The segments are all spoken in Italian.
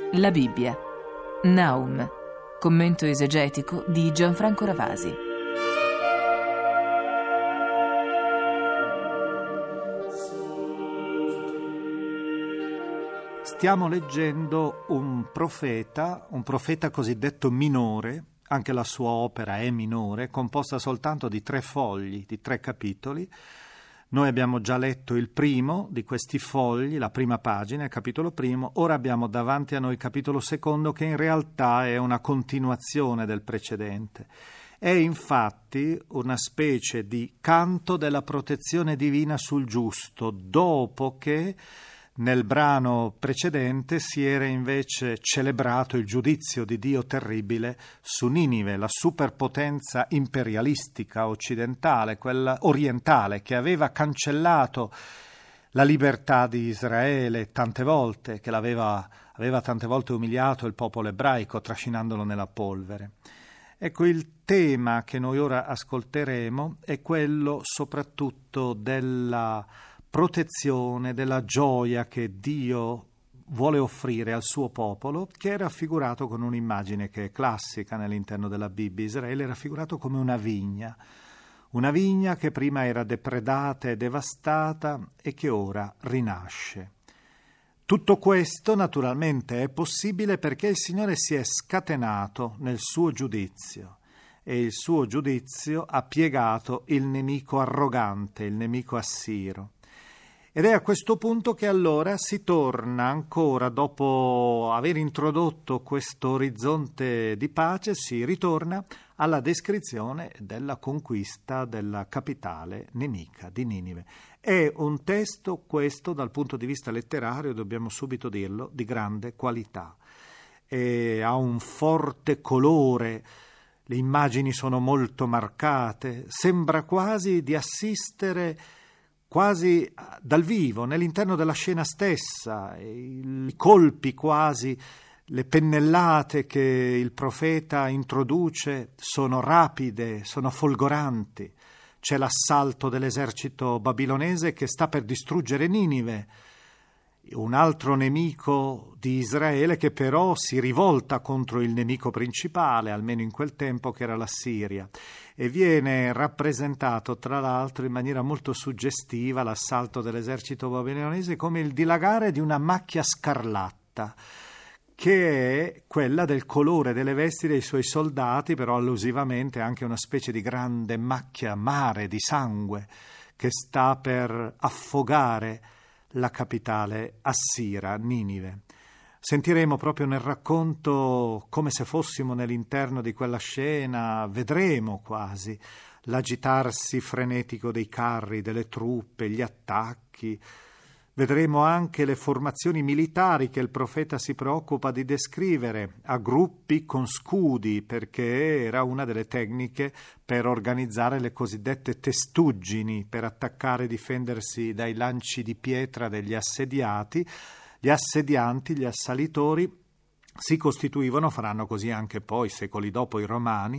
La Bibbia. Nahum. Commento esegetico di Gianfranco Ravasi. Stiamo leggendo un profeta cosiddetto minore, anche la sua opera è minore, composta soltanto di 3 fogli, di 3 capitoli. Noi abbiamo già letto il primo di questi fogli, la prima pagina, il capitolo primo. Ora abbiamo davanti a noi il capitolo secondo, che in realtà è una continuazione del precedente. È infatti una specie di canto della protezione divina sul giusto, dopo che nel brano precedente si era invece celebrato il giudizio di Dio terribile su Ninive, la superpotenza imperialistica occidentale, quella orientale, che aveva cancellato la libertà di Israele tante volte, che aveva tante volte umiliato il popolo ebraico, trascinandolo nella polvere. Ecco, il tema che noi ora ascolteremo è quello soprattutto della protezione, della gioia che Dio vuole offrire al suo popolo, che è raffigurato con un'immagine che è classica nell'interno della Bibbia. Israele è raffigurato come una vigna che prima era depredata e devastata e che ora rinasce. Tutto questo naturalmente è possibile perché il Signore si è scatenato nel suo giudizio e il suo giudizio ha piegato il nemico arrogante, il nemico assiro. Ed è a questo punto che allora si torna ancora, dopo aver introdotto questo orizzonte di pace, si ritorna alla descrizione della conquista della capitale nemica di Ninive. È un testo, questo, dal punto di vista letterario, dobbiamo subito dirlo, di grande qualità. Ha un forte colore, le immagini sono molto marcate, sembra quasi di assistere quasi dal vivo, nell'interno della scena stessa, i colpi quasi, le pennellate che il profeta introduce sono rapide, sono folgoranti. C'è l'assalto dell'esercito babilonese che sta per distruggere Ninive, un altro nemico di Israele che però si rivolta contro il nemico principale, almeno in quel tempo, che era la Siria, e viene rappresentato tra l'altro in maniera molto suggestiva l'assalto dell'esercito babilonese come il dilagare di una macchia scarlatta, che è quella del colore delle vesti dei suoi soldati, però allusivamente anche una specie di grande macchia mare di sangue che sta per affogare la capitale assira, Ninive. Sentiremo proprio nel racconto, come se fossimo nell'interno di quella scena, vedremo quasi l'agitarsi frenetico dei carri, delle truppe, gli attacchi. Vedremo anche le formazioni militari che il profeta si preoccupa di descrivere a gruppi con scudi, perché era una delle tecniche per organizzare le cosiddette testuggini, per attaccare e difendersi dai lanci di pietra degli assediati. Gli assedianti, gli assalitori, si costituivano, faranno così anche poi, secoli dopo, i romani,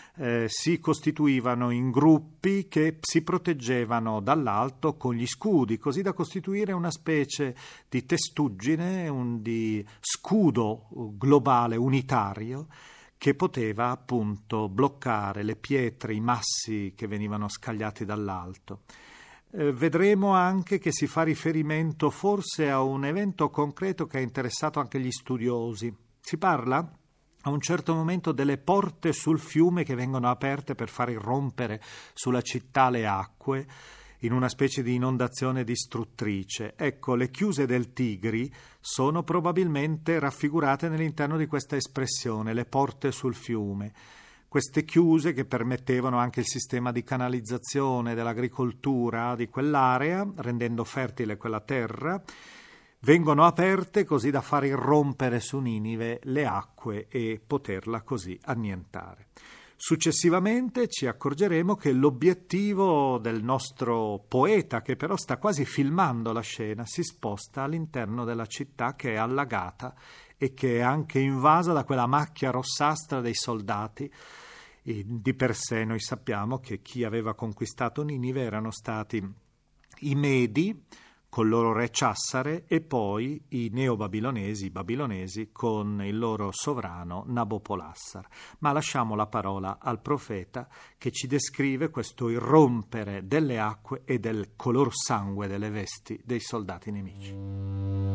si costituivano in gruppi che si proteggevano dall'alto con gli scudi, così da costituire una specie di testuggine, di scudo globale unitario che poteva appunto bloccare le pietre, i massi che venivano scagliati dall'alto. Vedremo anche che si fa riferimento forse a un evento concreto che ha interessato anche gli studiosi. Si parla a un certo momento delle porte sul fiume che vengono aperte per far irrompere sulla città le acque in una specie di inondazione distruttrice. Ecco, le chiuse del Tigri sono probabilmente raffigurate all'interno di questa espressione, le porte sul fiume. Queste chiuse, che permettevano anche il sistema di canalizzazione dell'agricoltura di quell'area, rendendo fertile quella terra, vengono aperte così da far irrompere su Ninive le acque e poterla così annientare. Successivamente ci accorgeremo che l'obiettivo del nostro poeta, che però sta quasi filmando la scena, si sposta all'interno della città che è allagata e che è anche invasa da quella macchia rossastra dei soldati. E di per sé noi sappiamo che chi aveva conquistato Ninive erano stati i Medi, col loro re Ciassare, e poi i neobabilonesi, i babilonesi, con il loro sovrano Nabopolassar. Ma lasciamo la parola al profeta che ci descrive questo irrompere delle acque e del color sangue delle vesti dei soldati nemici.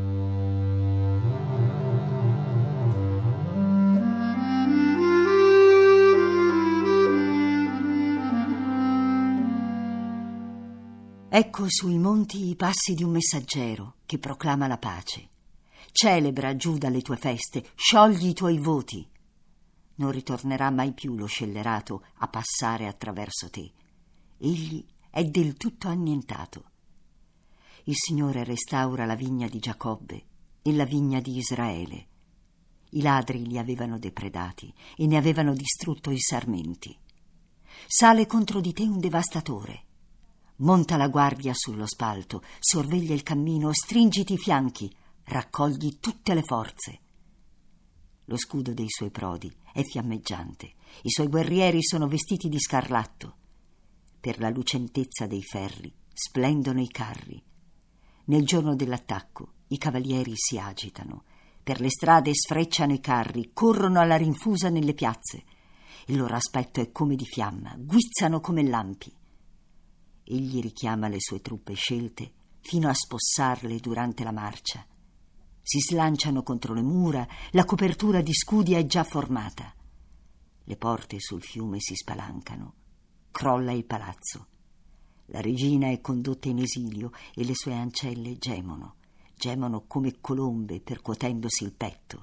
Ecco sui monti i passi di un messaggero che proclama la pace. Celebra, Giuda, le tue feste, sciogli i tuoi voti. Non ritornerà mai più lo scellerato a passare attraverso te. Egli è del tutto annientato. Il Signore restaura la vigna di Giacobbe e la vigna di Israele. I ladri li avevano depredati e ne avevano distrutto i sarmenti. Sale contro di te un devastatore. Monta la guardia sullo spalto, sorveglia il cammino, stringiti i fianchi, raccogli tutte le forze. Lo scudo dei suoi prodi è fiammeggiante, i suoi guerrieri sono vestiti di scarlatto. Per la lucentezza dei ferri splendono i carri. Nel giorno dell'attacco i cavalieri si agitano, per le strade sfrecciano i carri, corrono alla rinfusa nelle piazze. Il loro aspetto è come di fiamma, guizzano come lampi. Egli richiama le sue truppe scelte fino a spossarle durante la marcia. Si slanciano contro le mura, la copertura di scudi è già formata. Le porte sul fiume si spalancano, crolla il palazzo. La regina è condotta in esilio e le sue ancelle gemono come colombe percuotendosi il petto.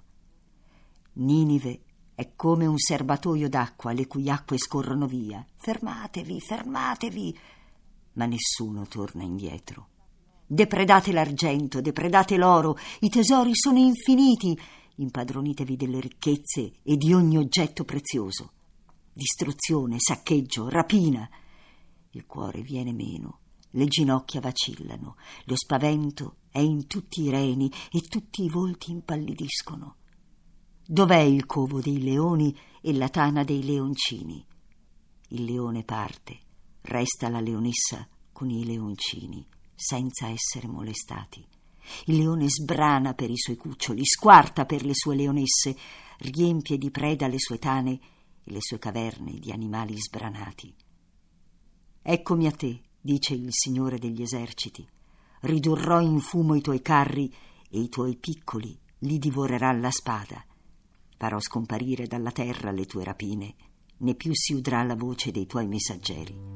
Ninive è come un serbatoio d'acqua le cui acque scorrono via. Fermatevi, fermatevi! Ma nessuno torna indietro. Depredate l'argento, depredate l'oro, i tesori sono infiniti, impadronitevi delle ricchezze e di ogni oggetto prezioso. Distruzione, saccheggio, rapina. Il cuore viene meno, le ginocchia vacillano, lo spavento è in tutti i reni e tutti i volti impallidiscono. Dov'è il covo dei leoni e la tana dei leoncini? Il leone parte. Resta la leonessa con i leoncini, senza essere molestati. Il leone sbrana per i suoi cuccioli, squarta per le sue leonesse, riempie di preda le sue tane e le sue caverne di animali sbranati. Eccomi a te, dice il Signore degli eserciti. Ridurrò in fumo i tuoi carri e i tuoi piccoli li divorerà la spada. Farò scomparire dalla terra le tue rapine, né più si udrà la voce dei tuoi messaggeri.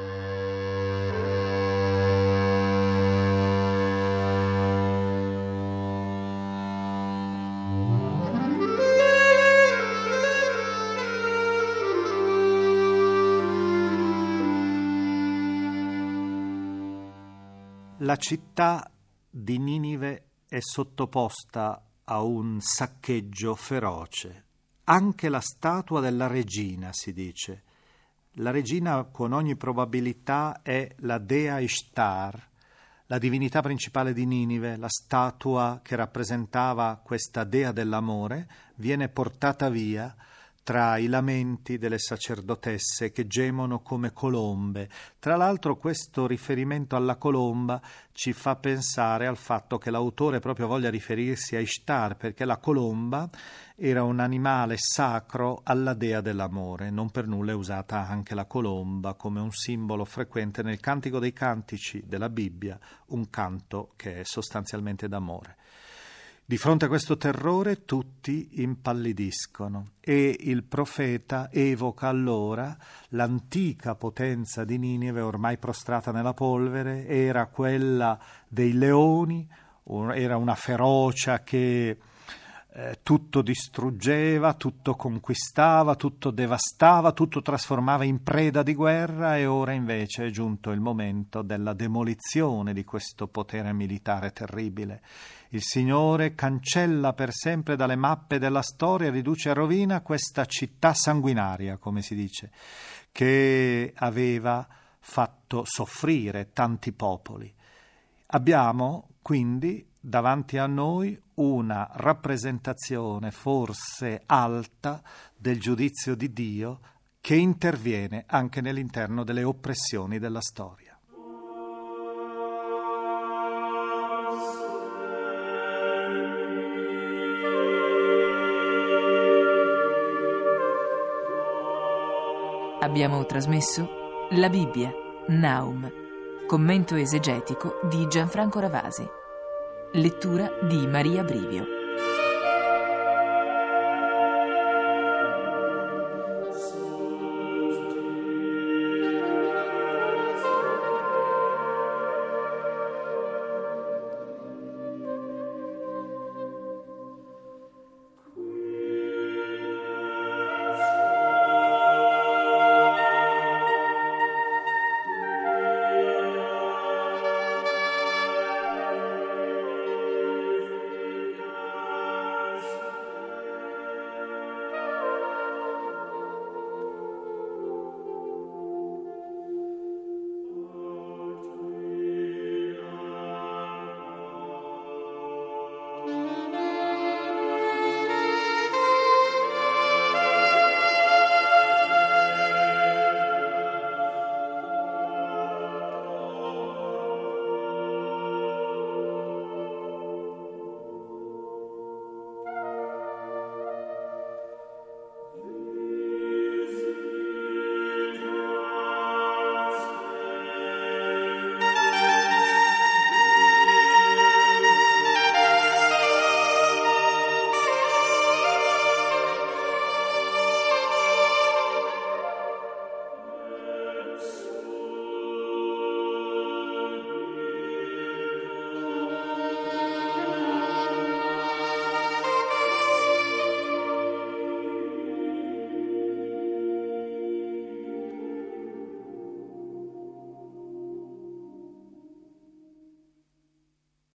La città di Ninive è sottoposta a un saccheggio feroce. Anche la statua della regina, si dice. La regina, con ogni probabilità, è la dea Ishtar, la divinità principale di Ninive. La statua che rappresentava questa dea dell'amore viene portata via tra i lamenti delle sacerdotesse che gemono come colombe. Tra l'altro questo riferimento alla colomba ci fa pensare al fatto che l'autore proprio voglia riferirsi a Ishtar, perché la colomba era un animale sacro alla dea dell'amore. Non per nulla è usata anche la colomba come un simbolo frequente nel Cantico dei Cantici della Bibbia, un canto che è sostanzialmente d'amore. Di fronte a questo terrore tutti impallidiscono e il profeta evoca allora l'antica potenza di Ninive ormai prostrata nella polvere. Era quella dei leoni, era una ferocia che tutto distruggeva, tutto conquistava, tutto devastava, tutto trasformava in preda di guerra, e ora invece è giunto il momento della demolizione di questo potere militare terribile. Il Signore cancella per sempre dalle mappe della storia, riduce a rovina questa città sanguinaria, come si dice, che aveva fatto soffrire tanti popoli. Abbiamo quindi davanti a noi una rappresentazione forse alta del giudizio di Dio che interviene anche nell'interno delle oppressioni della storia. Abbiamo trasmesso La Bibbia, Naum, commento esegetico di Gianfranco Ravasi. Lettura di Maria Brivio.